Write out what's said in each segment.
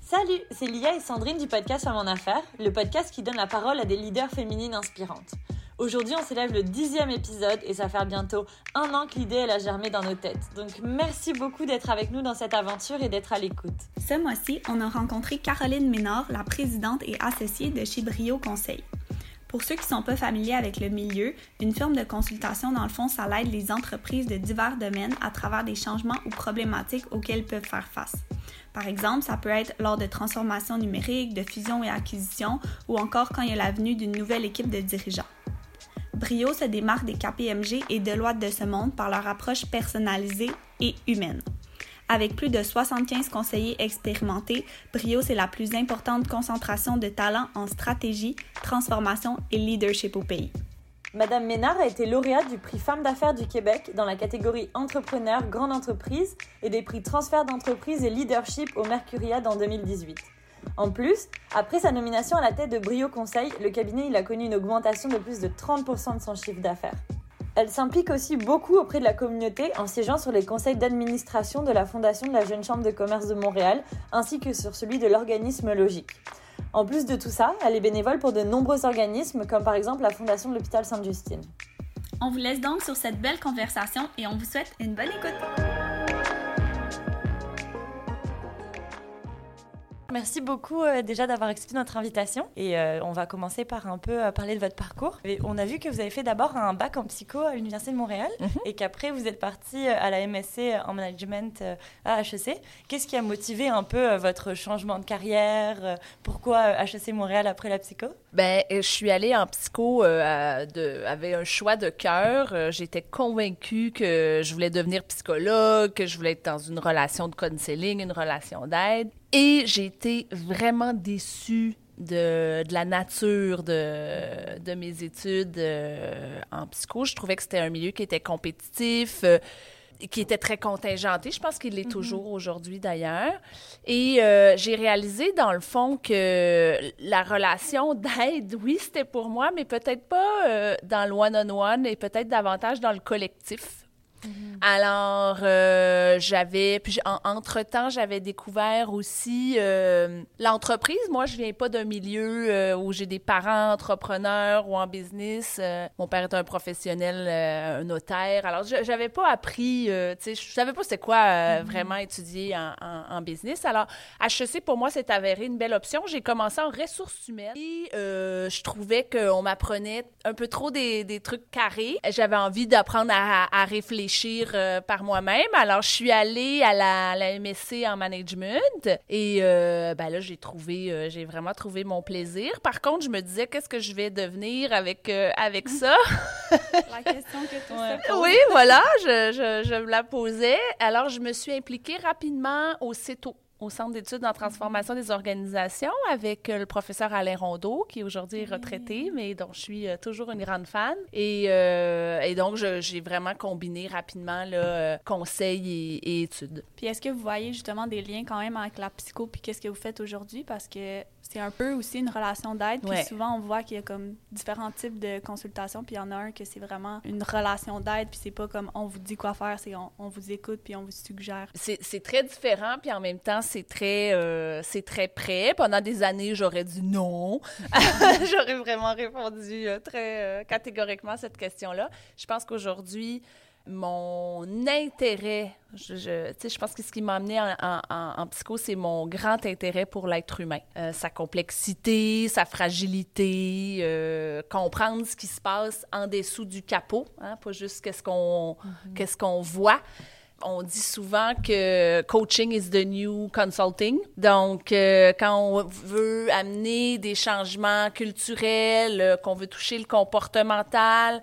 Salut, c'est Lia et Sandrine du podcast Femmes en Affaires, le podcast qui donne la parole à des leaders féminines inspirantes. Aujourd'hui, on célèbre le 10e épisode et ça fait bientôt 1 an que l'idée a germé dans nos têtes. Donc merci beaucoup d'être avec nous dans cette aventure et d'être à l'écoute. Ce mois-ci, on a rencontré Caroline Ménard, la présidente et associée de chez Brio Conseil. Pour ceux qui ne sont pas familiers avec le milieu, une firme de consultation, dans le fond, ça aide les entreprises de divers domaines à travers des changements ou problématiques auxquels ils peuvent faire face. Par exemple, ça peut être lors de transformations numériques, de fusions et acquisitions, ou encore quand il y a la venue d'une nouvelle équipe de dirigeants. Brio se démarque des KPMG et Deloitte de ce monde par leur approche personnalisée et humaine. Avec plus de 75 conseillers expérimentés, Brio, c'est la plus importante concentration de talents en stratégie, transformation et leadership au pays. Madame Ménard a été lauréate du prix Femmes d'affaires du Québec dans la catégorie Entrepreneur Grande Entreprise et des prix Transfert d'entreprise et Leadership au Mercuriade en 2018. En plus, après sa nomination à la tête de Brio Conseil, le cabinet a connu une augmentation de plus de 30% de son chiffre d'affaires. Elle s'implique aussi beaucoup auprès de la communauté en siégeant sur les conseils d'administration de la Fondation de la Jeune Chambre de commerce de Montréal ainsi que sur celui de l'organisme Logique. En plus de tout ça, elle est bénévole pour de nombreux organismes comme par exemple la Fondation de l'Hôpital Sainte-Justine. On vous laisse donc sur cette belle conversation et on vous souhaite une bonne écoute. Merci beaucoup déjà d'avoir accepté notre invitation et on va commencer par un peu parler de votre parcours. Et on a vu que vous avez fait d'abord un bac en psycho à l'Université de Montréal et qu'après vous êtes parti à la MSC en management à HEC. Qu'est-ce qui a motivé un peu votre changement de carrière? Pourquoi HEC Montréal après la psycho? Je suis allée en psycho avec un choix de cœur. J'étais convaincue que je voulais devenir psychologue, que je voulais être dans une relation de counseling, une relation d'aide. Et j'ai été vraiment déçue de la nature de mes études en psycho. Je trouvais que c'était un milieu qui était compétitif, qui était très contingenté. Je pense qu'il l'est toujours aujourd'hui, d'ailleurs. Et j'ai réalisé, dans le fond, que la relation d'aide, oui, c'était pour moi, mais peut-être pas dans le one-on-one et peut-être davantage dans le collectif. Alors, entre-temps, j'avais découvert aussi l'entreprise. Moi, je viens pas d'un milieu où j'ai des parents entrepreneurs ou en business. Mon père est un professionnel, un notaire. Alors, j'avais pas appris, je savais pas c'était quoi vraiment étudier en business. Alors, HEC, pour moi, s'est avéré une belle option. J'ai commencé en ressources humaines et je trouvais qu'on m'apprenait un peu trop des trucs carrés. J'avais envie d'apprendre à réfléchir par moi-même. Alors, je suis allée à la MSC en management et là, j'ai vraiment trouvé mon plaisir. Par contre, je me disais, qu'est-ce que je vais devenir avec ça? La question que tout se pose. Oui, voilà, je me la posais. Alors, je me suis impliquée rapidement au CETO, au Centre d'études en transformation des organisations, avec le professeur Alain Rondeau, qui aujourd'hui est retraité, mais dont je suis toujours une grande fan. Et donc, j'ai vraiment combiné rapidement conseil et études. Puis est-ce que vous voyez justement des liens quand même avec la psycho puis qu'est-ce que vous faites aujourd'hui? Parce que c'est un peu aussi une relation d'aide. Puis souvent, on voit qu'il y a comme différents types de consultations. Puis il y en a un que c'est vraiment une relation d'aide. Puis c'est pas comme on vous dit quoi faire, c'est on vous écoute puis on vous suggère. C'est très différent. Puis en même temps, c'est très près. Pendant des années, j'aurais dit non. J'aurais vraiment répondu très catégoriquement à cette question-là. Je pense qu'aujourd'hui, mon intérêt, je pense que ce qui m'a amené en psycho, c'est mon grand intérêt pour l'être humain. Sa complexité, sa fragilité, comprendre ce qui se passe en dessous du capot, pas juste qu'est-ce qu'on voit. On dit souvent que coaching is the new consulting. Donc, quand on veut amener des changements culturels, qu'on veut toucher le comportemental,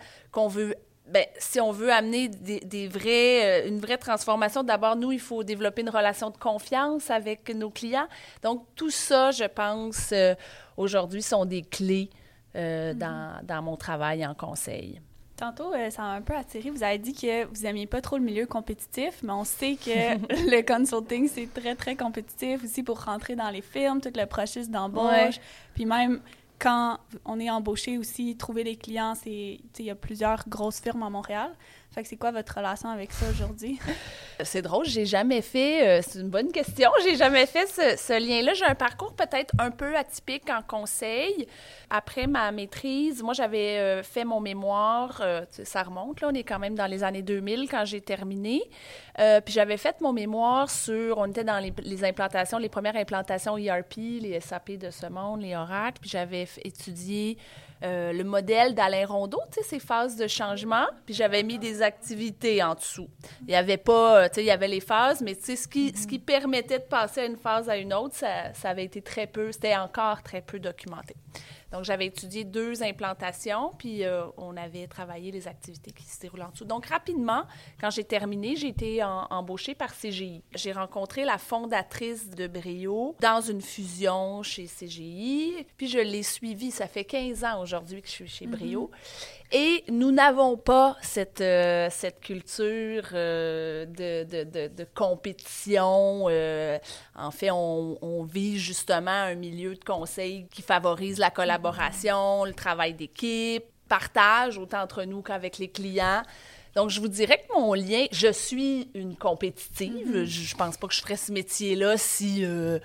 si on veut amener une vraie transformation, d'abord, nous, il faut développer une relation de confiance avec nos clients. Donc, tout ça, je pense, aujourd'hui, sont des clés dans mon travail en conseil. Tantôt, ça m'a un peu attiré. Vous avez dit que vous n'aimiez pas trop le milieu compétitif, mais on sait que le consulting, c'est très, très compétitif aussi pour rentrer dans les firmes, tout le processus d'embauche. Ouais. Puis même quand on est embauché aussi, trouver des clients, il y a plusieurs grosses firmes à Montréal. Fait que c'est quoi votre relation avec ça aujourd'hui? C'est drôle, j'ai jamais fait... c'est une bonne question. J'ai jamais fait ce lien-là. J'ai un parcours peut-être un peu atypique en conseil. Après ma maîtrise, moi, j'avais fait mon mémoire. Ça remonte, là. On est quand même dans les années 2000 quand j'ai terminé. Puis j'avais fait mon mémoire sur... On était dans les implantations, les premières implantations ERP, les SAP de ce monde, les Oracle. Puis j'avais étudié... le modèle d'Alain Rondeau, tu sais, ces phases de changement, puis j'avais mis des activités en dessous. Il n'y avait pas, tu sais, il y avait les phases, mais tu sais, ce qui permettait de passer d'une phase à une autre, ça avait été très peu, c'était encore très peu documenté. Donc, j'avais étudié 2 implantations, puis on avait travaillé les activités qui se déroulent en dessous. Donc, rapidement, quand j'ai terminé, j'ai été embauchée par CGI. J'ai rencontré la fondatrice de Brio dans une fusion chez CGI, puis je l'ai suivie. Ça fait 15 ans aujourd'hui que je suis chez Brio. Et nous n'avons pas cette culture de compétition. En fait, on vise justement un milieu de conseil qui favorise la collaboration, le travail d'équipe, partage autant entre nous qu'avec les clients. Donc, je vous dirais que mon lien, je suis une compétitive. Je pense pas que je ferais ce métier-là si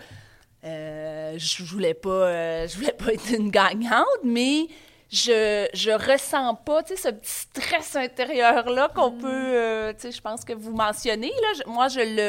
je voulais pas être une gagnante, mais je ressens pas, tu sais, ce petit stress intérieur-là qu'on peut, tu sais, je pense que vous mentionnez, là. Moi,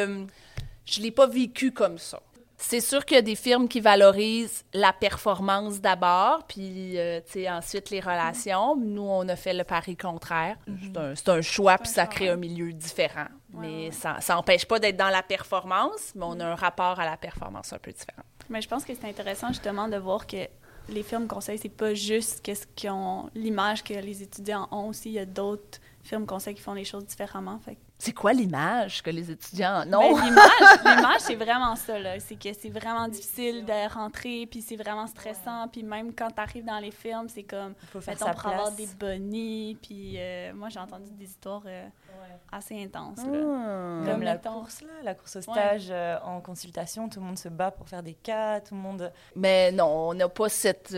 je l'ai pas vécu comme ça. C'est sûr qu'il y a des firmes qui valorisent la performance d'abord, puis, tu sais, ensuite les relations. Nous, on a fait le pari contraire. C'est un choix, puis ça crée un milieu différent. Mais ça n'empêche pas d'être dans la performance, mais on a un rapport à la performance un peu différent. Mais je pense que c'est intéressant, justement, de voir que les firmes conseils, c'est pas juste l'image que les étudiants ont aussi. Il y a d'autres firmes conseils qui font les choses différemment. Fait. C'est quoi l'image que les étudiants ont? Ben, l'image, c'est vraiment ça, là. C'est que c'est vraiment difficile de rentrer, puis c'est vraiment stressant. Puis même quand tu arrives dans les firmes, c'est comme, mettons, pour avoir des bonnies. Puis moi, j'ai entendu des histoires assez intenses, là. Comme la course au stage en consultation, tout le monde se bat pour faire des cas, tout le monde... Mais non, on n'a pas cette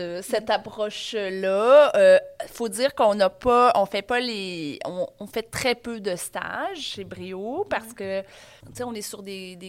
approche-là. Faut dire qu'on n'a pas, on fait fait très peu de stages chez Brio parce que, tu sais, on est sur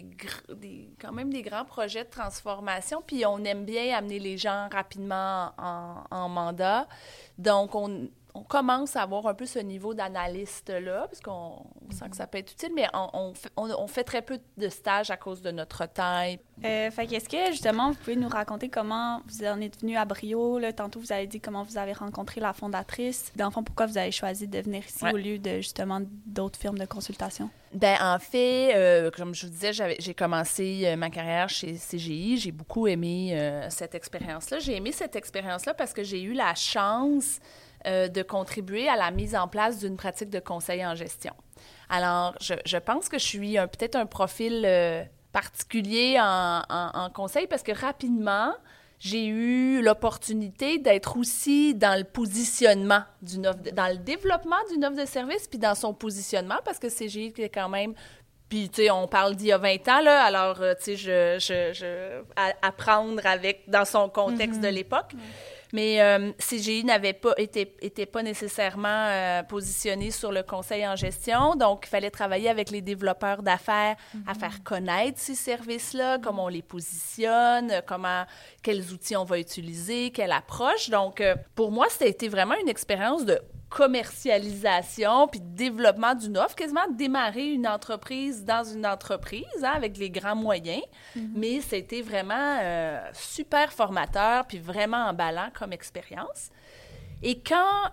quand même des grands projets de transformation, puis on aime bien amener les gens rapidement en mandat. Donc, on commence à avoir un peu ce niveau d'analyste-là, parce qu'on sent que ça peut être utile, mais on fait très peu de stages à cause de notre taille. Fait qu'est-ce que, justement, vous pouvez nous raconter comment vous en êtes venu à Brio? Là, tantôt, vous avez dit comment vous avez rencontré la fondatrice. Dans le fond, pourquoi vous avez choisi de venir ici au lieu de, justement, d'autres firmes de consultation? Bien, en fait, comme je vous disais, j'ai commencé ma carrière chez CGI. J'ai beaucoup aimé cette expérience-là. J'ai aimé cette expérience-là parce que j'ai eu la chance de contribuer à la mise en place d'une pratique de conseil en gestion. Alors, je pense que je suis peut-être un profil particulier en conseil parce que rapidement, j'ai eu l'opportunité d'être aussi dans le positionnement dans le développement d'une offre de service puis dans son positionnement parce que CGI est quand même... Puis, tu sais, on parle d'il y a 20 ans, là, alors, tu sais, apprendre dans son contexte de l'époque. Mais CGI était pas nécessairement positionné sur le conseil en gestion, donc il fallait travailler avec les développeurs d'affaires à faire connaître ces services-là, comment on les positionne, quels outils on va utiliser, quelle approche. Donc, pour moi, ça a été vraiment une expérience de commercialisation puis de développement d'une offre, quasiment démarrer une entreprise dans une entreprise, hein, avec les grands moyens. Mais c'était vraiment super formateur puis vraiment emballant comme expérience. Et quand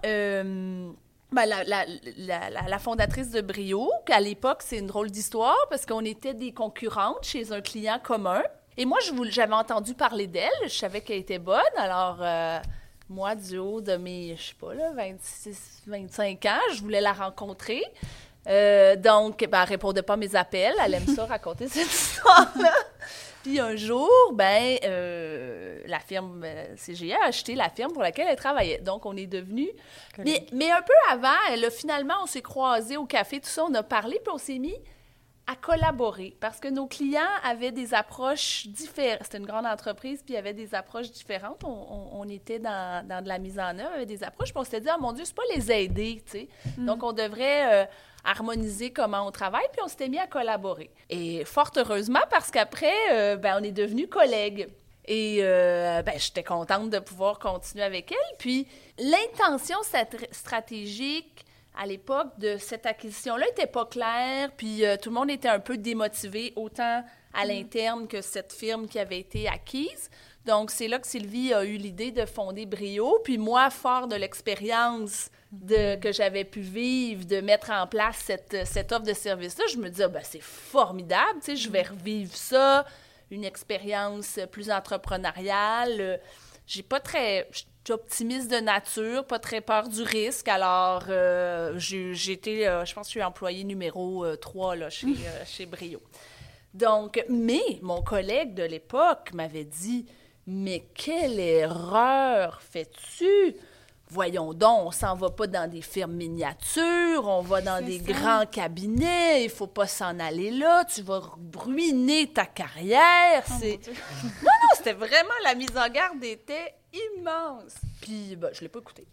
la fondatrice de Brio, qu'à l'époque, c'est une drôle d'histoire parce qu'on était des concurrentes chez un client commun. Et moi, j'avais entendu parler d'elle, je savais qu'elle était bonne, alors... moi, du haut de mes, je sais pas, là, 26, 25 ans, je voulais la rencontrer. Donc, elle répondait pas à mes appels. Elle aime ça, raconter cette histoire-là. Puis un jour, la firme CGI a acheté la firme pour laquelle elle travaillait. Donc, on est devenus... Mais un peu avant, finalement, on s'est croisés au café, tout ça, on a parlé, puis on s'est mis à collaborer parce que nos clients avaient des approches différentes. C'était une grande entreprise, puis il y avait des approches différentes. On était dans de la mise en œuvre, avec des approches, puis on s'était dit, mon Dieu, c'est pas les aider, tu sais. Donc, on devrait harmoniser comment on travaille, puis on s'était mis à collaborer. Et fort heureusement, parce qu'après, on est devenus collègues. Et j'étais contente de pouvoir continuer avec elle. Puis, l'intention stratégique à l'époque de cette acquisition-là n'était pas claire, puis tout le monde était un peu démotivé, autant à l'interne que cette firme qui avait été acquise. Donc, c'est là que Sylvie a eu l'idée de fonder Brio. Puis moi, fort de l'expérience que j'avais pu vivre, de mettre en place cette offre de service-là, je me dis, c'est formidable, tu sais, je vais revivre ça, une expérience plus entrepreneuriale. Je suis optimiste de nature, pas très peur du risque. Alors, j'ai été, je pense que je suis employée numéro 3 là, chez Brio. Donc, mais mon collègue de l'époque m'avait dit, « Mais quelle erreur fais-tu? Voyons donc, on s'en va pas dans des firmes miniatures, on va dans des grands cabinets, il faut pas s'en aller là, tu vas ruiner ta carrière. » Non, c'était vraiment, la mise en garde était immense. Puis, je l'ai pas écouté.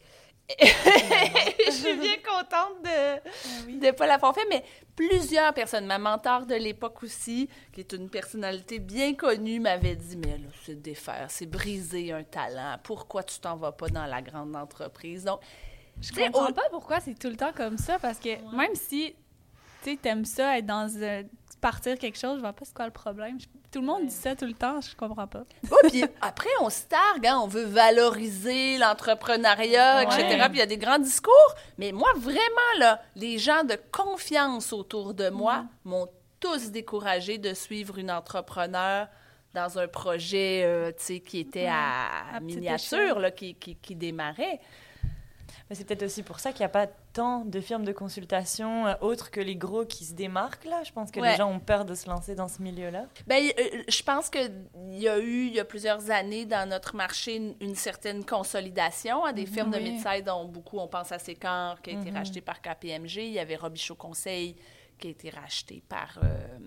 Je suis bien contente de ne pas l'avoir fait, mais plusieurs personnes, ma mentor de l'époque aussi, qui est une personnalité bien connue, m'avait dit, mais là, c'est défaire, c'est briser un talent. Pourquoi tu t'en vas pas dans la grande entreprise? Donc, je comprends pas pourquoi c'est tout le temps comme ça, parce que même si tu aimes ça, être dans partir quelque chose, je vois pas c'est quoi le problème. Tout le monde dit ça tout le temps, je comprends pas. Puis après, on se targue, hein, on veut valoriser l'entrepreneuriat, etc. Puis il y a des grands discours. Mais moi, vraiment, là, les gens de confiance autour de moi m'ont tous découragé de suivre une entrepreneur dans un projet qui était à miniature, là, qui démarrait. Mais c'est peut-être aussi pour ça qu'il n'y a pas tant de firmes de consultation autres que les gros qui se démarquent, là. Je pense que les gens ont peur de se lancer dans ce milieu-là. Je pense qu'il y a eu, il y a plusieurs années, dans notre marché, une certaine consolidation. Des firmes de mid-size dont beaucoup, on pense à Sécor, qui a été racheté par KPMG. Il y avait Robichaud Conseil, qui a été racheté par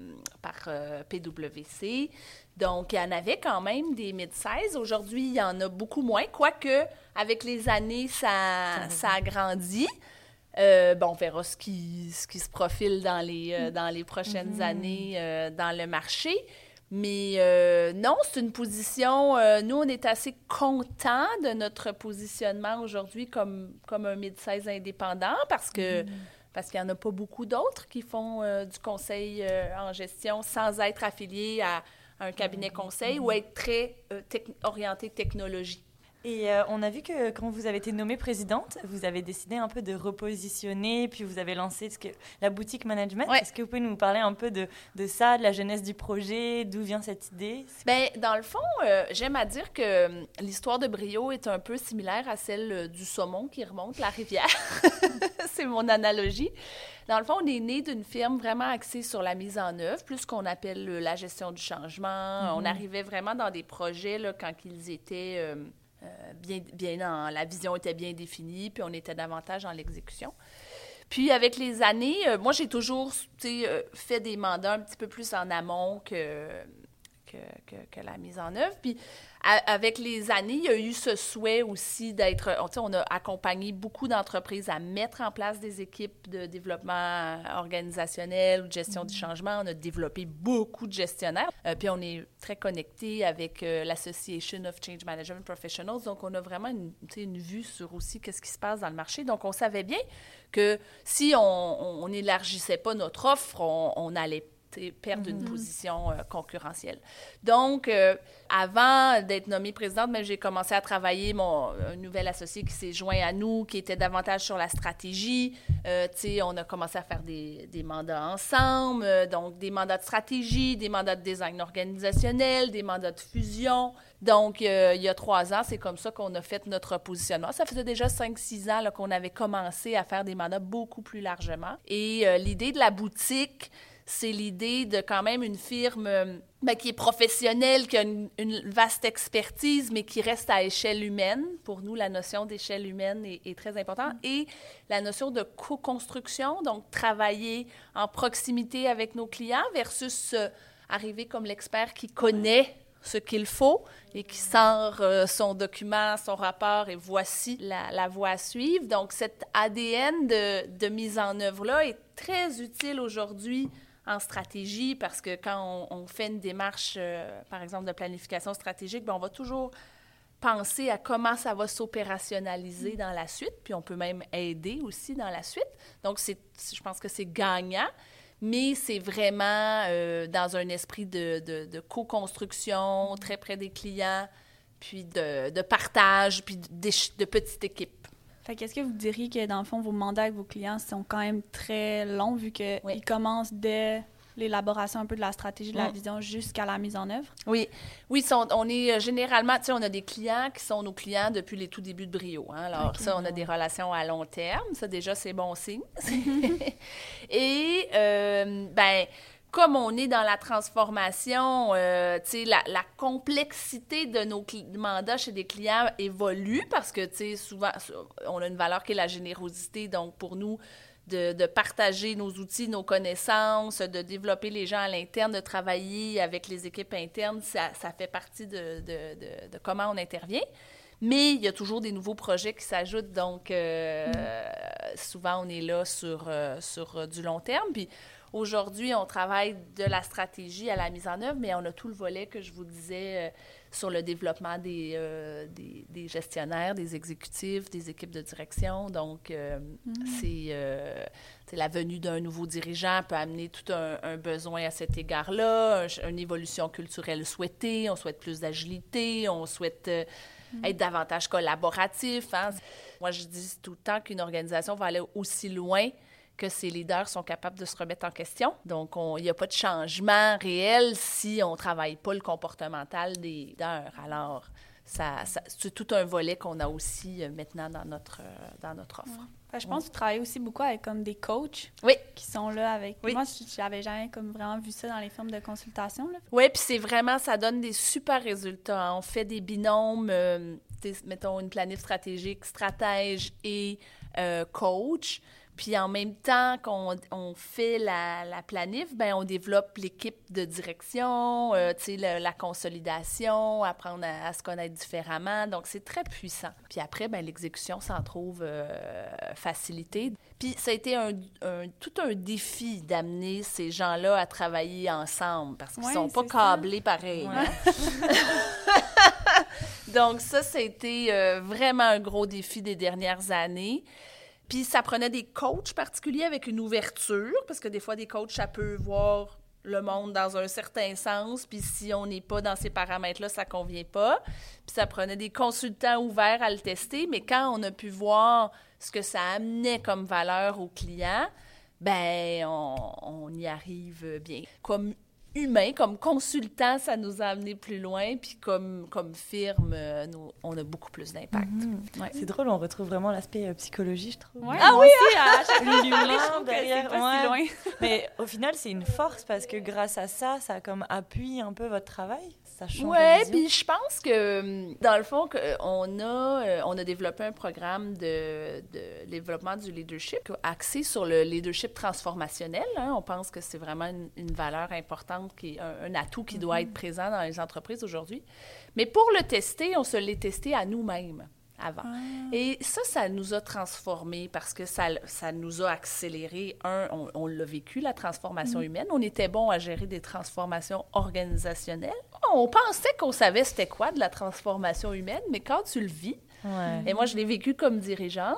PwC. Donc, il y en avait quand même des mid-size. Aujourd'hui, il y en a beaucoup moins, quoique, avec les années, ça a grandi. On verra ce qui se profile dans les prochaines années dans le marché. Mais non, c'est une position... nous, on est assez contents de notre positionnement aujourd'hui comme un mid-size indépendant parce qu'il n'y en a pas beaucoup d'autres qui font du conseil en gestion sans être affiliés à un cabinet conseil ou être très orienté technologie. Et on a vu que quand vous avez été nommée présidente, vous avez décidé un peu de repositionner, puis vous avez lancé la boutique management. Ouais. Est-ce que vous pouvez nous parler un peu de ça, de la genèse du projet, d'où vient cette idée? Dans le fond, j'aime à dire que l'histoire de Brio est un peu similaire à celle du saumon qui remonte la rivière. C'est mon analogie. Dans le fond, on est né d'une firme vraiment axée sur la mise en œuvre, plus qu'on appelle la gestion du changement. On arrivait vraiment dans des projets là, quand ils étaient... la vision était bien définie, puis on était davantage dans l'exécution. Puis, avec les années, moi, j'ai toujours fait des mandats un petit peu plus en amont que la mise en œuvre. Puis, avec les années, il y a eu ce souhait aussi d'être... On a accompagné beaucoup d'entreprises à mettre en place des équipes de développement organisationnel ou de gestion du changement. On a développé beaucoup de gestionnaires. Puis, on est très connecté avec l'Association of Change Management Professionals. Donc, on a vraiment une vue sur aussi qu'est-ce qui se passe dans le marché. Donc, on savait bien que si on n'élargissait pas notre offre, on allait perdre une position concurrentielle. Donc, avant d'être nommée présidente, j'ai commencé à travailler un nouvel associé qui s'est joint à nous, qui était davantage sur la stratégie. On a commencé à faire des mandats ensemble, donc des mandats de stratégie, des mandats de design organisationnel, des mandats de fusion. Donc, il y a 3 ans, c'est comme ça qu'on a fait notre positionnement. Ça faisait déjà 5-6 ans là, qu'on avait commencé à faire des mandats beaucoup plus largement. Et l'idée de la boutique, c'est l'idée de quand même une firme qui est professionnelle, qui a une vaste expertise, mais qui reste à échelle humaine. Pour nous, la notion d'échelle humaine est très importante. Et la notion de co-construction, donc travailler en proximité avec nos clients versus arriver comme l'expert qui connaît ce qu'il faut et qui sort son document, son rapport, et voici la voie à suivre. Donc, cet ADN de mise en œuvre-là est très utile aujourd'hui en stratégie parce que quand on fait une démarche, par exemple, de planification stratégique, on va toujours penser à comment ça va s'opérationnaliser dans la suite, puis on peut même aider aussi dans la suite. Donc, je pense que c'est gagnant. Mais c'est vraiment dans un esprit de co-construction, très près des clients, puis de partage, puis de petite équipe. Fait qu'est-ce que vous diriez que, dans le fond, vos mandats avec vos clients sont quand même très longs, vu qu'ils commencent dès l'élaboration un peu de la stratégie, de la vision, jusqu'à la mise en œuvre? Oui, on est généralement, tu sais, on a des clients qui sont nos clients depuis les tout débuts de Brio. Hein? Alors ça, on a des relations à long terme. Ça, déjà, c'est bon signe. Et, comme on est dans la transformation, tu sais, la complexité de nos mandats chez des clients évolue parce que, tu sais, souvent, on a une valeur qui est la générosité. Donc, pour nous, de partager nos outils, nos connaissances, de développer les gens à l'interne, de travailler avec les équipes internes, ça fait partie de comment on intervient. Mais il y a toujours des nouveaux projets qui s'ajoutent, donc souvent on est là sur du long terme. Puis aujourd'hui, on travaille de la stratégie à la mise en œuvre, mais on a tout le volet que je vous disais sur le développement des gestionnaires, des exécutifs, des équipes de direction. Donc, c'est la venue d'un nouveau dirigeant peut amener tout un besoin à cet égard-là, une évolution culturelle souhaitée, on souhaite plus d'agilité, on souhaite être davantage collaboratif. Hein. Moi, je dis tout le temps qu'une organisation va aller aussi loin que ses leaders sont capables de se remettre en question. Donc, il n'y a pas de changement réel si on ne travaille pas le comportemental des leaders. Alors, c'est tout un volet qu'on a aussi maintenant dans notre offre. Je pense que vous travaillez aussi beaucoup avec comme des coachs qui sont là avec... Oui. Moi, je n'avais jamais comme vraiment vu ça dans les firmes de consultation. Oui, puis c'est vraiment, ça donne des super résultats. Hein. On fait des binômes, mettons une planif stratégique, stratège et coach. Puis en même temps qu'on fait la planif, on développe l'équipe de direction, la consolidation, apprendre à se connaître différemment. Donc, c'est très puissant. Puis après, l'exécution s'en trouve facilitée. Puis ça a été tout un défi d'amener ces gens-là à travailler ensemble parce qu'ils ne sont pas câblés pareil. Ouais. Hein? Donc ça a été vraiment un gros défi des dernières années. Puis ça prenait des coachs particuliers avec une ouverture, parce que des fois, des coachs, ça peut voir le monde dans un certain sens, puis si on n'est pas dans ces paramètres-là, ça ne convient pas. Puis ça prenait des consultants ouverts à le tester, mais quand on a pu voir ce que ça amenait comme valeur aux clients, on y arrive bien. Comme humain, comme consultant, ça nous a amené plus loin, puis comme firme, on a beaucoup plus d'impact. Ouais. C'est drôle, on retrouve vraiment l'aspect psychologie, je trouve. Ouais, ah oui, à chaque l'humain derrière. C'est pas si loin. Mais au final, c'est une force parce que grâce à ça comme appuie un peu votre travail. Ça change. Oui, puis je pense que, dans le fond, on a développé un programme de développement du leadership axé sur le leadership transformationnel. Hein. On pense que c'est vraiment une valeur importante, qui est un atout qui doit être présent dans les entreprises aujourd'hui. Mais pour le tester, on se l'est testé à nous-mêmes avant. Et ça nous a transformés parce que ça nous a accéléré. On l'a vécu, la transformation humaine. On était bon à gérer des transformations organisationnelles. On pensait qu'on savait c'était quoi de la transformation humaine, mais quand tu le vis, et moi je l'ai vécu comme dirigeante,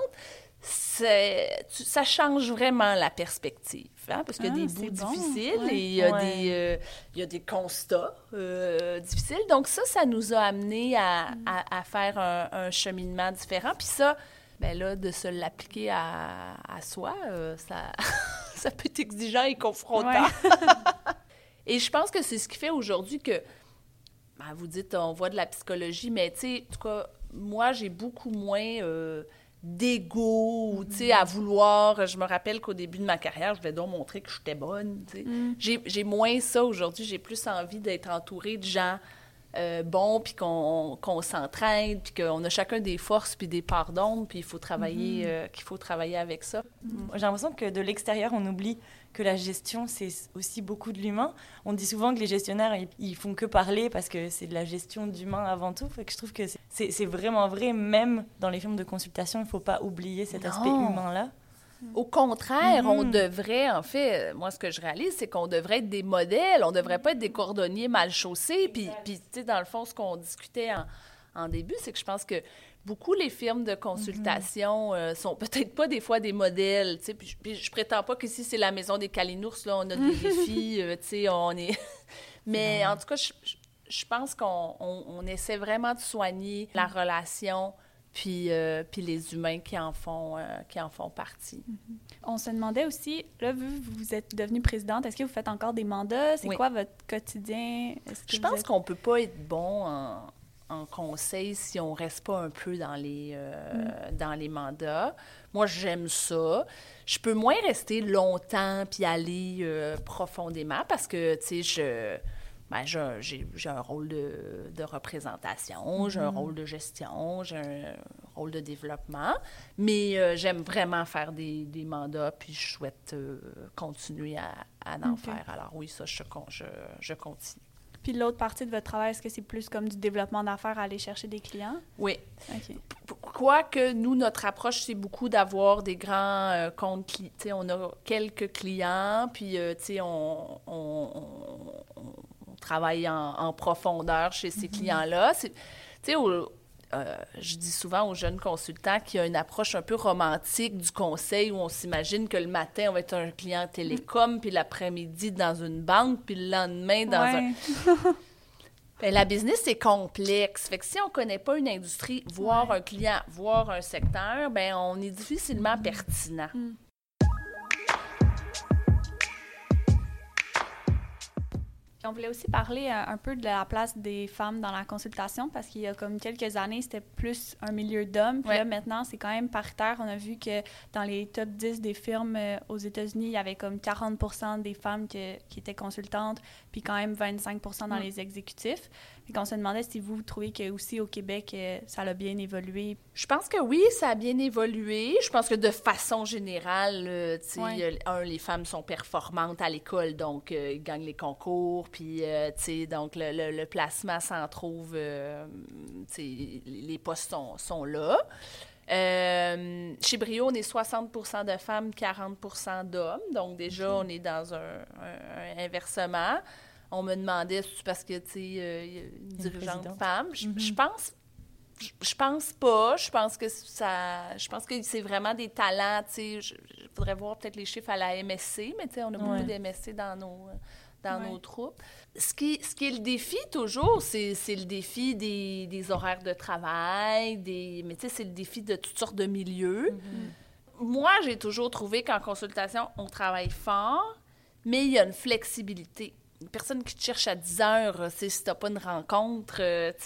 ça change vraiment la perspective, hein, parce qu'il y a des bouts difficiles et il y a des constats difficiles. Donc ça nous a amené à faire un cheminement différent. Puis ça, là, de se l'appliquer à soi, ça peut être exigeant et confrontant. Et je pense que c'est ce qui fait aujourd'hui que, vous dites, on voit de la psychologie, mais tu sais, en tout cas, moi, j'ai beaucoup moins d'ego, tu sais, à vouloir... Je me rappelle qu'au début de ma carrière, je voulais donc montrer que j'étais bonne, tu sais. J'ai moins ça aujourd'hui. J'ai plus envie d'être entourée de gens bons, puis qu'on s'entraide, puis qu'on a chacun des forces puis des parts d'ombre, puis il faut travailler, qu'il faut travailler avec ça. J'ai l'impression que de l'extérieur, on oublie que la gestion, c'est aussi beaucoup de l'humain. On dit souvent que les gestionnaires, ils font que parler parce que c'est de la gestion d'humain avant tout. Fait que je trouve que c'est vraiment vrai, même dans les firmes de consultation, il ne faut pas oublier cet aspect humain-là. Au contraire, on devrait, en fait, moi, ce que je réalise, c'est qu'on devrait être des modèles. On ne devrait pas être des cordonniers mal chaussés. Puis tu sais, dans le fond, ce qu'on discutait en début, c'est que je pense que beaucoup les firmes de consultation sont peut-être pas des fois des modèles, tu sais. Puis je prétends pas qu'ici, c'est la maison des Kalinours, là, on a des défis, tu sais, on est... Mais en tout cas, je pense qu'on essaie vraiment de soigner la relation puis les humains qui en font partie. On se demandait aussi, là, vous êtes devenue présidente, est-ce que vous faites encore des mandats? C'est quoi votre quotidien? Je pense qu'on peut pas être bon en conseil si on reste pas un peu dans les mandats. Moi, j'aime ça. Je peux moins rester longtemps puis aller profondément parce que, tu sais, j'ai un rôle de représentation, j'ai un rôle de gestion, j'ai un rôle de développement, mais j'aime vraiment faire des mandats, puis je souhaite continuer à en faire. Alors oui, ça, je continue. Puis l'autre partie de votre travail, est-ce que c'est plus comme du développement d'affaires, aller chercher des clients? Oui. OK. Quoique, nous, notre approche, c'est beaucoup d'avoir des grands comptes. Tu sais, on a quelques clients, puis, tu sais, on travaille en profondeur chez ces clients-là. Tu sais, je dis souvent aux jeunes consultants qu'il y a une approche un peu romantique du conseil où on s'imagine que le matin, on va être un client télécom, puis l'après-midi dans une banque, puis le lendemain dans un... Bien, la business, c'est complexe. Fait que si on ne connaît pas une industrie, voire un client, voire un secteur, bien, on est difficilement pertinent. On voulait aussi parler un peu de la place des femmes dans la consultation parce qu'il y a comme quelques années, c'était plus un milieu d'hommes. Puis là, maintenant, c'est quand même paritaire. On a vu que dans les top 10 des firmes aux États-Unis, il y avait comme 40% des femmes qui étaient consultantes, puis quand même 25% dans les exécutifs. Fait qu'on se demandait si vous trouvez que aussi au Québec, ça a bien évolué. Je pense que oui, ça a bien évolué. Je pense que de façon générale, tu sais, les femmes sont performantes à l'école, donc ils gagnent les concours, puis, tu sais, donc le placement s'en trouve, tu sais, les postes sont là. Chez Brio, on est 60% de femmes, 40% d'hommes, donc déjà, on est dans un inversement. On me demandait, c'est parce que, tu sais, il y a une dirigeante femme. Je pense pas. Je pense que c'est vraiment des talents, tu sais. Je voudrais voir peut-être les chiffres à la MSC, mais tu sais, on a beaucoup d'MSC dans nos troupes. Ce qui est le défi, toujours, c'est le défi des horaires de travail, mais tu sais, c'est le défi de toutes sortes de milieux. Moi, j'ai toujours trouvé qu'en consultation, on travaille fort, mais il y a une flexibilité. Une personne qui te cherche à 10 heures, si tu n'as pas une rencontre,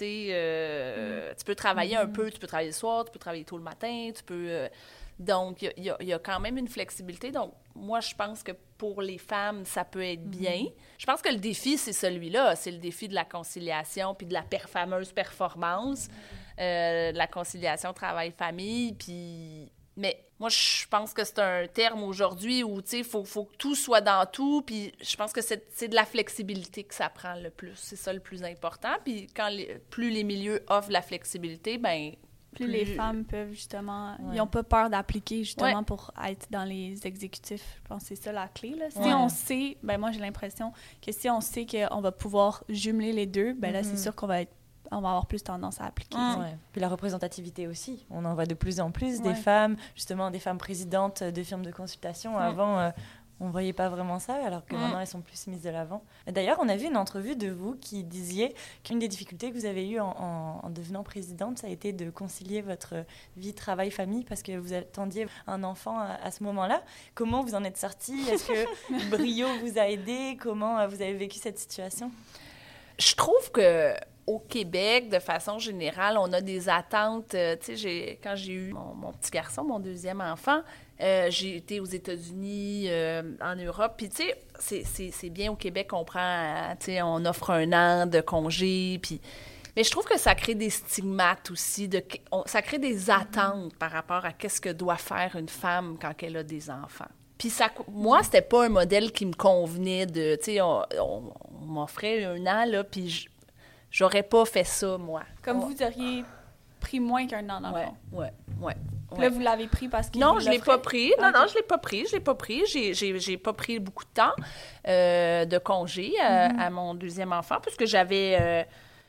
tu peux travailler un peu, tu peux travailler le soir, tu peux travailler tôt le matin, tu peux... donc, il y a quand même une flexibilité. Donc, moi, je pense que pour les femmes, ça peut être bien. Je pense que le défi, c'est celui-là. C'est le défi de la conciliation puis de la fameuse performance, de la conciliation travail-famille, puis... Mais moi, je pense que c'est un terme aujourd'hui où, tu sais, faut que tout soit dans tout, puis je pense que c'est de la flexibilité que ça prend le plus. C'est ça le plus important. Puis plus les milieux offrent la flexibilité, bien... Plus les femmes peuvent, justement... Ils n'ont pas peur d'appliquer, justement, pour être dans les exécutifs. Je pense que c'est ça la clé, là. Si on sait... Ben moi, j'ai l'impression que si on sait qu'on va pouvoir jumeler les deux, ben là, c'est sûr qu'on va avoir plus tendance à appliquer. Puis la représentativité aussi. On en voit de plus en plus des femmes, justement des femmes présidentes de firmes de consultation. Avant, on ne voyait pas vraiment ça, alors que maintenant, elles sont plus mises de l'avant. D'ailleurs, on a vu une entrevue de vous qui disiez qu'une des difficultés que vous avez eues en devenant présidente, ça a été de concilier votre vie travail-famille parce que vous attendiez un enfant à ce moment-là. Comment vous en êtes sortie? Est-ce que Brio vous a aidé? Comment vous avez vécu cette situation? Je trouve que au Québec, de façon générale, on a des attentes. Tu sais, quand j'ai eu mon petit garçon, mon deuxième enfant, j'ai été aux États-Unis, en Europe. Puis, tu sais, c'est bien au Québec, on prend, tu sais, on offre 1 an de congé. Puis, mais je trouve que ça crée des stigmates aussi. Ça crée des attentes par rapport à qu'est-ce que doit faire une femme quand elle a des enfants. Puis moi, c'était pas un modèle qui me convenait de... Tu sais, on m'offrait 1 an, là, puis j'aurais pas fait ça, moi. Comme vous auriez pris moins qu'1 an, dans le fond. Ouais. Là, vous l'avez pris parce que... Non, je l'ai pas pris. Non, je l'ai pas pris. J'ai pas pris beaucoup de temps de congé à mon deuxième enfant, parce que j'avais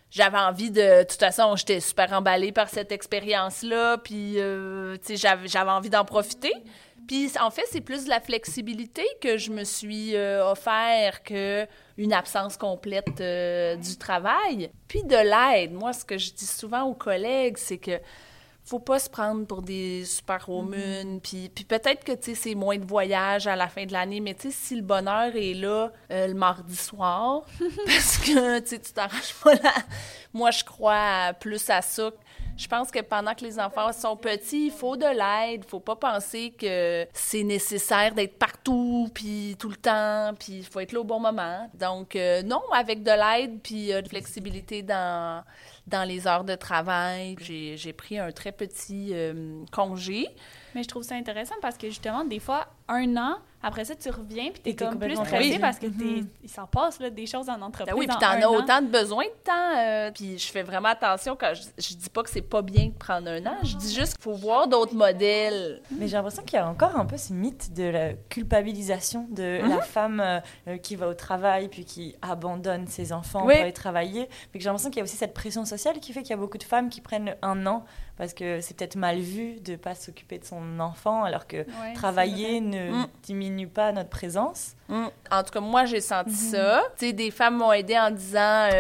envie de... De toute façon, j'étais super emballée par cette expérience-là, puis, tu sais, j'avais envie d'en profiter. Puis, en fait, c'est plus de la flexibilité que je me suis offert qu'une absence complète du travail. Puis de l'aide. Moi, ce que je dis souvent aux collègues, c'est que faut pas se prendre pour des superwomen. Puis peut-être que, tu sais, c'est moins de voyages à la fin de l'année, mais tu sais, si le bonheur est là le mardi soir, parce que, tu sais, tu t'arranges pas là. Moi, je crois plus à ça. Je pense que pendant que les enfants sont petits, il faut de l'aide. Il faut pas penser que c'est nécessaire d'être partout, puis tout le temps, puis il faut être là au bon moment. Donc, non, avec de l'aide, puis de flexibilité dans les heures de travail. J'ai pris un très petit congé. Mais je trouve ça intéressant parce que, justement, des fois, 1 an, après ça, tu reviens puis t'es comme plus stressé oui. parce que il s'en passe là, des choses en entreprise. Oui, puis t'en as autant de besoin de temps. Puis je fais vraiment attention quand je dis pas que c'est pas bien de prendre 1 an. Je dis juste qu'il faut voir d'autres modèles. Mais j'ai l'impression qu'il y a encore un peu ce mythe de la culpabilisation de la femme qui va au travail puis qui abandonne ses enfants pour aller travailler. Mais j'ai l'impression qu'il y a aussi cette pression sociale qui fait qu'il y a beaucoup de femmes qui prennent 1 an parce que c'est peut-être mal vu de pas s'occuper de son enfant alors que travailler ne diminue pas notre présence. En tout cas, moi, j'ai senti ça. Tu sais, des femmes m'ont aidée en disant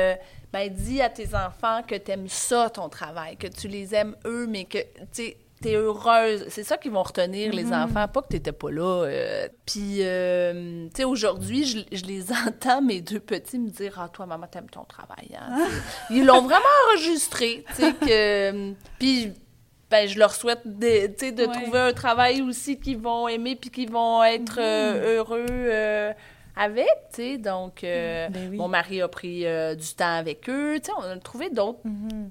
dis à tes enfants que t'aimes ça, ton travail, que tu les aimes eux, mais que, tu sais, t'es heureuse. C'est ça qu'ils vont retenir, les enfants, pas que t'étais pas là. Puis, tu sais, aujourd'hui, je les entends, mes 2 petits, me dire « Ah, toi, maman, t'aimes ton travail. Hein? » Ils l'ont vraiment enregistré, tu sais, que... Puis, je leur souhaite de trouver un travail aussi qu'ils vont aimer puis qu'ils vont être heureux avec, tu sais. Donc, mon mari a pris du temps avec eux. Tu sais, on a trouvé d'autres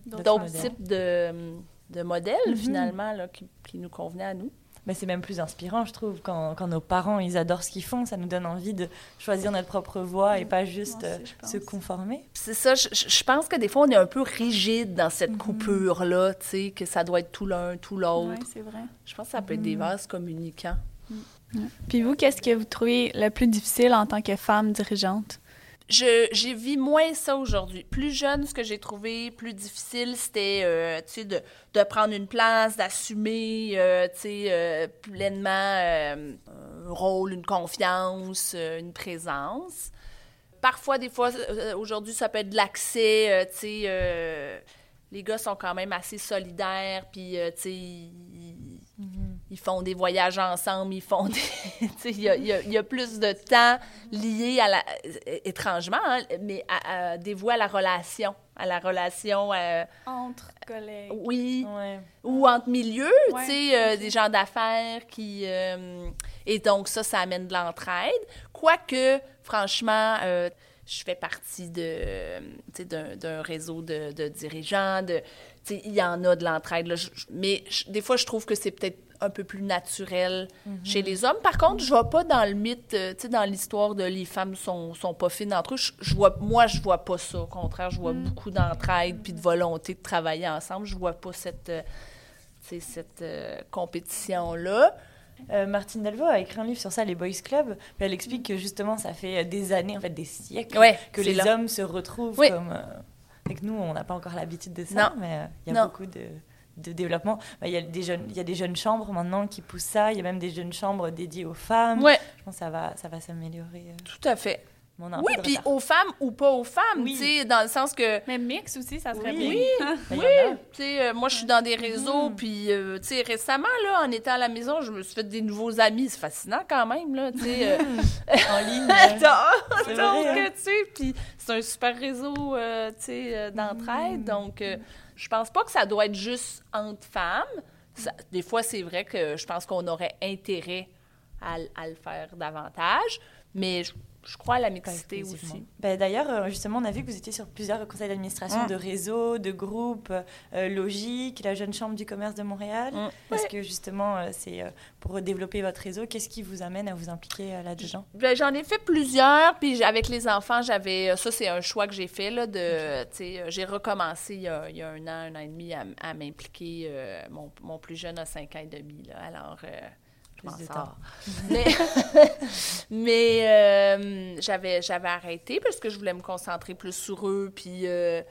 types de modèles, finalement, là, qui nous convenaient à nous. Mais c'est même plus inspirant, je trouve, quand nos parents, ils adorent ce qu'ils font. Ça nous donne envie de choisir notre propre voie et pas juste se conformer. C'est ça, je pense que des fois, on est un peu rigide dans cette coupure-là, tu sais, que ça doit être tout l'un, tout l'autre. Oui, c'est vrai. Je pense que ça peut être des vases communicants. Puis vous, qu'est-ce que vous trouvez le plus difficile en tant que femme dirigeante? J'ai vu moins ça aujourd'hui. Plus jeune, ce que j'ai trouvé plus difficile, c'était, tu sais, de prendre une place, d'assumer, tu sais, pleinement un rôle, une confiance, une présence. Parfois, des fois, aujourd'hui, ça peut être de l'accès, tu sais, les gars sont quand même assez solidaires, puis, tu sais, ils font des voyages ensemble, ils font des... tu sais, il y a plus de temps lié à étrangement, hein, mais dévoué à la relation. Entre collègues. Oui. Ouais. Ou entre milieux, tu sais, des gens d'affaires qui... et donc, ça amène de l'entraide. Quoique, franchement... je fais partie d'un réseau de dirigeants. Il y en a de l'entraide. Là, mais des fois, je trouve que c'est peut-être un peu plus naturel chez les hommes. Par contre, je ne vais pas dans le mythe, dans l'histoire de les femmes sont pas fines entre eux. Je vois pas ça. Au contraire, je vois beaucoup d'entraide puis de volonté de travailler ensemble. Je vois pas cette compétition-là. Martine Delvaux a écrit un livre sur ça, les Boys Club. Elle explique que justement, ça fait des années, en fait des siècles, que les hommes se retrouvent comme... Et que nous, on n'a pas encore l'habitude de ça, mais il y a beaucoup de développement. Il y a des jeunes chambres maintenant qui poussent ça. Il y a même des jeunes chambres dédiées aux femmes. Ouais. Je pense que ça va s'améliorer. Tout à fait. Oui, puis aux femmes ou pas aux femmes, tu sais, dans le sens que... Mais mix aussi, ça serait bien. Oui, tu sais, moi, je suis dans des réseaux, puis, tu sais, récemment, là, en étant à la maison, je me suis fait des nouveaux amis. C'est fascinant quand même, là, tu sais. En ligne. Donc, tu sais, puis c'est un super réseau, d'entraide. Donc, je pense pas que ça doit être juste entre femmes. Des fois, c'est vrai que je pense qu'on aurait intérêt à le faire davantage, mais je crois à la mixité aussi. D'ailleurs, justement, on a vu que vous étiez sur plusieurs conseils d'administration de réseaux, de groupes, Logique, la Jeune Chambre du commerce de Montréal. Est-ce que, justement, c'est pour développer votre réseau, qu'est-ce qui vous amène à vous impliquer là-dedans? J'en ai fait plusieurs, puis avec les enfants, ça, c'est un choix que j'ai fait, là, j'ai recommencé il y a un an et demi à m'impliquer. Mon plus jeune a 5 ans et demi, là, alors... je m'en sors. Mais j'avais arrêté parce que je voulais me concentrer plus sur eux puis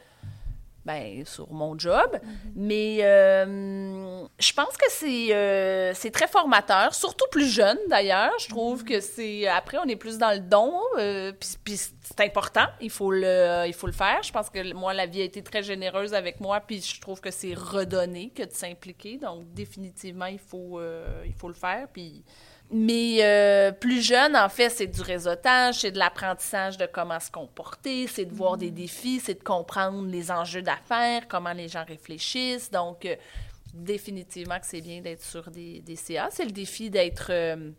sur mon job. Mais je pense que c'est très formateur, surtout plus jeune d'ailleurs. Je trouve que après, on est plus dans le don, puis c'est important, il faut le faire. Je pense que moi, la vie a été très généreuse avec moi, puis je trouve que c'est redonné que de s'impliquer. Donc, définitivement, il faut le faire, puis... Mais plus jeune, en fait, c'est du réseautage, c'est de l'apprentissage de comment se comporter, c'est de voir des défis, c'est de comprendre les enjeux d'affaires, comment les gens réfléchissent. Donc, définitivement que c'est bien d'être sur des CA. C'est le défi d'être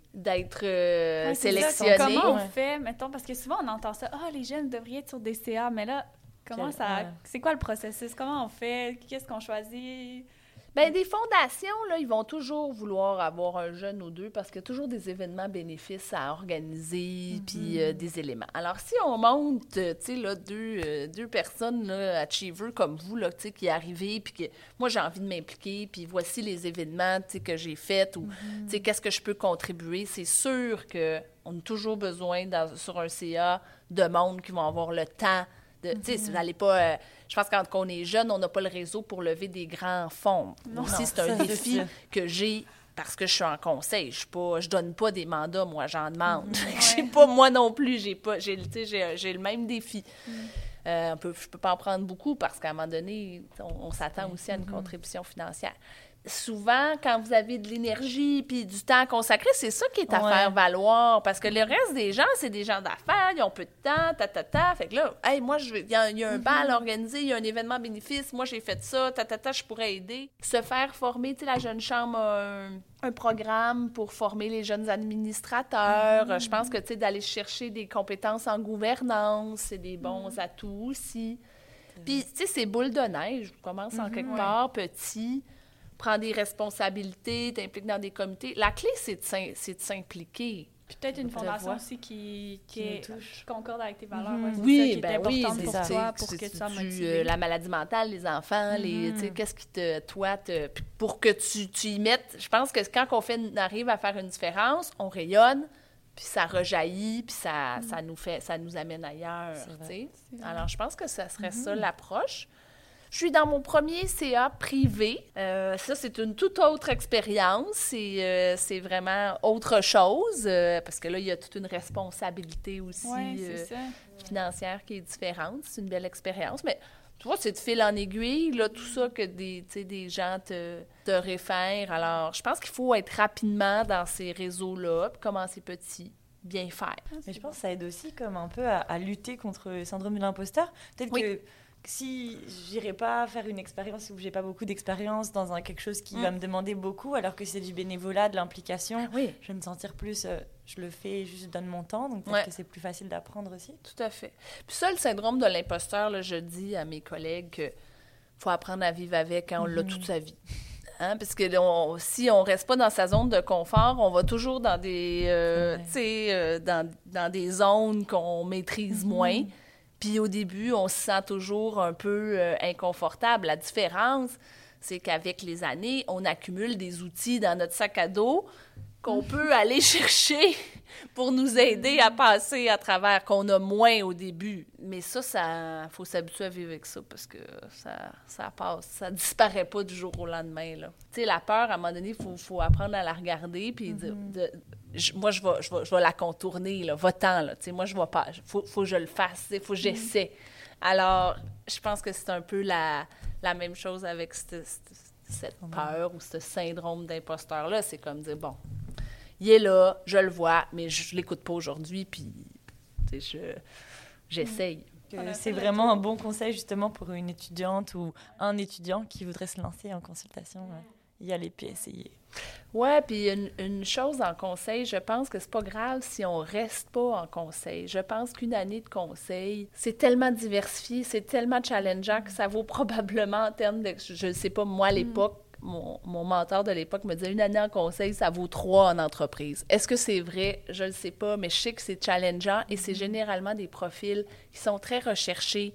sélectionné. Comment on fait, mettons, parce que souvent, on entend ça, « les jeunes devraient être sur des CA », mais là, c'est quoi le processus? Comment on fait? Qu'est-ce qu'on choisit? Des fondations, là, ils vont toujours vouloir avoir un jeune ou deux parce qu'il y a toujours des événements bénéfices à organiser, puis des éléments. Alors, si on monte, tu sais, là, deux personnes, là, achievers comme vous, là, tu sais, qui arrivez, puis que moi, j'ai envie de m'impliquer, puis voici les événements, tu sais, que j'ai faits, ou, tu sais, qu'est-ce que je peux contribuer, c'est sûr qu'on a toujours besoin, sur un CA, de monde qui vont avoir le temps. Tu sais, vous n'allez pas... je pense que quand on est jeune, on n'a pas le réseau pour lever des grands fonds. C'est un défi que j'ai parce que je suis en conseil. Je donne pas des mandats, moi, j'en demande. J'ai pas, moi non plus, j'ai le même défi. Je peux pas en prendre beaucoup parce qu'à un moment donné, on s'attend aussi à une contribution financière. Souvent, quand vous avez de l'énergie puis du temps consacré, c'est ça qui est à faire valoir. Parce que le reste des gens, c'est des gens d'affaires, ils ont peu de temps, Fait que là, moi, il y a un bal organisé, il y a un événement bénéfice, moi, j'ai fait ça, je pourrais aider. Se faire former, tu sais, la Jeune Chambre a un programme pour former les jeunes administrateurs. Je pense que, tu sais, d'aller chercher des compétences en gouvernance, c'est des bons atouts aussi. Puis, tu sais, c'est boule de neige. Je commence en quelque part, petit... Prends des responsabilités, t'impliques dans des comités. La clé, c'est de s'impliquer. Puis peut-être une fondation aussi qui concorde avec tes valeurs. Oui, c'est important pour toi, pour que tu sois motivé. La maladie mentale, les enfants, qu'est-ce qui pour que tu y mettes... Je pense que quand on arrive à faire une différence, on rayonne, puis ça rejaillit, puis ça nous amène ailleurs. Alors, je pense que ça serait ça l'approche. Je suis dans mon premier CA privé. Ça, c'est une toute autre expérience. C'est vraiment autre chose, parce que là, il y a toute une responsabilité aussi financière qui est différente. C'est une belle expérience. Mais tu vois, c'est de fil en aiguille, là, tout ça que des gens te réfèrent. Alors, je pense qu'il faut être rapidement dans ces réseaux-là, puis commencer petit. Bien faire. Mais je pense que ça aide aussi comme un peu à lutter contre le syndrome de l'imposteur. Peut-être que si j'irais pas faire une expérience où j'ai pas beaucoup d'expérience dans quelque chose qui va me demander beaucoup, alors que c'est du bénévolat, de l'implication, je vais me sentir plus... je le fais, je donne mon temps, donc peut-être que c'est plus facile d'apprendre aussi. Tout à fait. Puis ça, le syndrome de l'imposteur, là, je dis à mes collègues qu'il faut apprendre à vivre avec quand on l'a toute sa vie. Parce que si on reste pas dans sa zone de confort, on va toujours dans des, dans des zones qu'on maîtrise moins. Puis au début, on se sent toujours un peu inconfortable. La différence, c'est qu'avec les années, on accumule des outils dans notre sac à dos qu'on peut aller chercher pour nous aider à passer à travers, qu'on a moins au début. Mais ça, faut s'habituer à vivre avec ça parce que ça passe. Ça disparaît pas du jour au lendemain, là. Tu sais, la peur, à un moment donné, faut apprendre à la regarder puis moi, je vais la contourner, là, va-t'en, là. Tu sais, moi, je vais pas. Faut que je le fasse, faut que j'essaie. Alors, je pense que c'est un peu la même chose avec cette peur ou ce syndrome d'imposteur-là. C'est comme dire, bon, il est là, je le vois, mais je l'écoute pas aujourd'hui, puis j'essaye. C'est vraiment un bon conseil justement pour une étudiante ou un étudiant qui voudrait se lancer en consultation. Y aller puis essayer. Ouais, puis une chose en conseil, je pense que c'est pas grave si on reste pas en conseil. Je pense qu'une année de conseil, c'est tellement diversifié, c'est tellement challengeant que ça vaut probablement en termes de... Je sais pas, moi, à l'époque, mon mentor de l'époque me disait une année en conseil, ça vaut 3 en entreprise. Est-ce que c'est vrai? Je ne sais pas, mais je sais que c'est challengeant et c'est généralement des profils qui sont très recherchés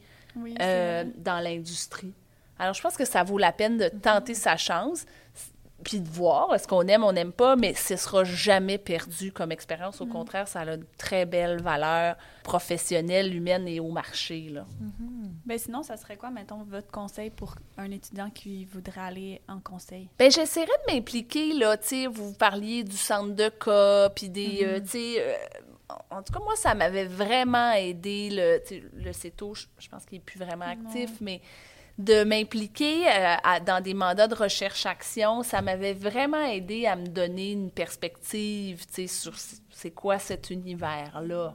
dans l'industrie. Alors, je pense que ça vaut la peine de tenter sa chance, puis de voir, est-ce qu'on aime, on n'aime pas, mais ce ne sera jamais perdu comme expérience. Au contraire, ça a une très belle valeur professionnelle, humaine et au marché, là. Ben sinon, ça serait quoi, mettons, votre conseil pour un étudiant qui voudrait aller en conseil? Bien, j'essaierais de m'impliquer, là, tu sais, vous parliez du centre de cas, puis des, tu sais... en tout cas, moi, ça m'avait vraiment aidé, le CETO, je pense qu'il n'est plus vraiment actif, mais... de m'impliquer dans des mandats de recherche-action, ça m'avait vraiment aidé à me donner une perspective, tu sais, sur c'est quoi cet univers-là.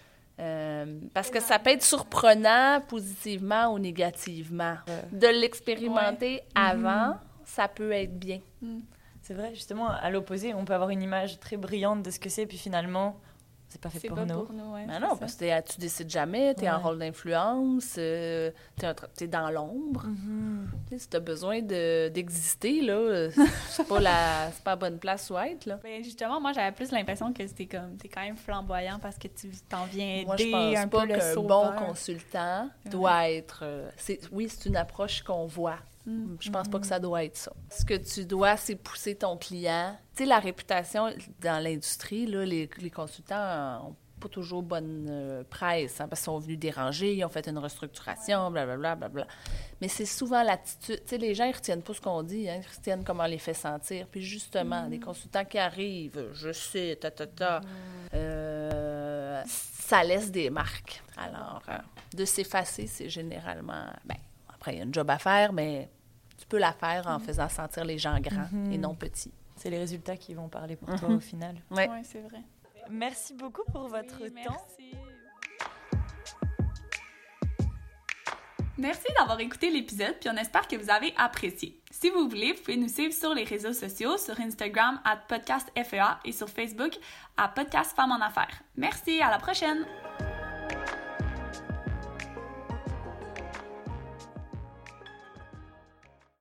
Parce que ça peut être surprenant positivement ou négativement. De l'expérimenter avant, ça peut être bien. C'est vrai, justement, à l'opposé, on peut avoir une image très brillante de ce que c'est, puis finalement... C'est pas fait pour nous. Ben non, parce que tu décides jamais, tu es en rôle d'influence, tu es dans l'ombre. Si tu as besoin d'exister, là, c'est pas la bonne place où être. Là. Ben justement, moi, j'avais plus l'impression que t'es quand même flamboyant parce que tu t'en viens aider moi, je pense un pas peu le qu'un sauveur. bon consultant doit être... c'est une approche qu'on voit. Je pense pas que ça doit être ça. Ce que tu dois, c'est pousser ton client. Tu sais, la réputation dans l'industrie, là, les consultants n'ont pas toujours bonne presse, parce qu'ils sont venus déranger, ils ont fait une restructuration, blablabla, blablabla. Mais c'est souvent l'attitude. Tu sais, les gens, ils retiennent pas ce qu'on dit, ils retiennent comment on les fait sentir. Puis justement, des consultants qui arrivent, je sais, ça laisse des marques. Alors, de s'effacer, c'est généralement... Après, il y a une job à faire, mais tu peux la faire en faisant sentir les gens grands et non petits. C'est les résultats qui vont parler pour toi au final. Oui, c'est vrai. Merci beaucoup pour votre temps. Merci d'avoir écouté l'épisode, puis on espère que vous avez apprécié. Si vous voulez, vous pouvez nous suivre sur les réseaux sociaux, sur Instagram @podcastfea et sur Facebook @podcastfemmes en affaires. Merci, à la prochaine!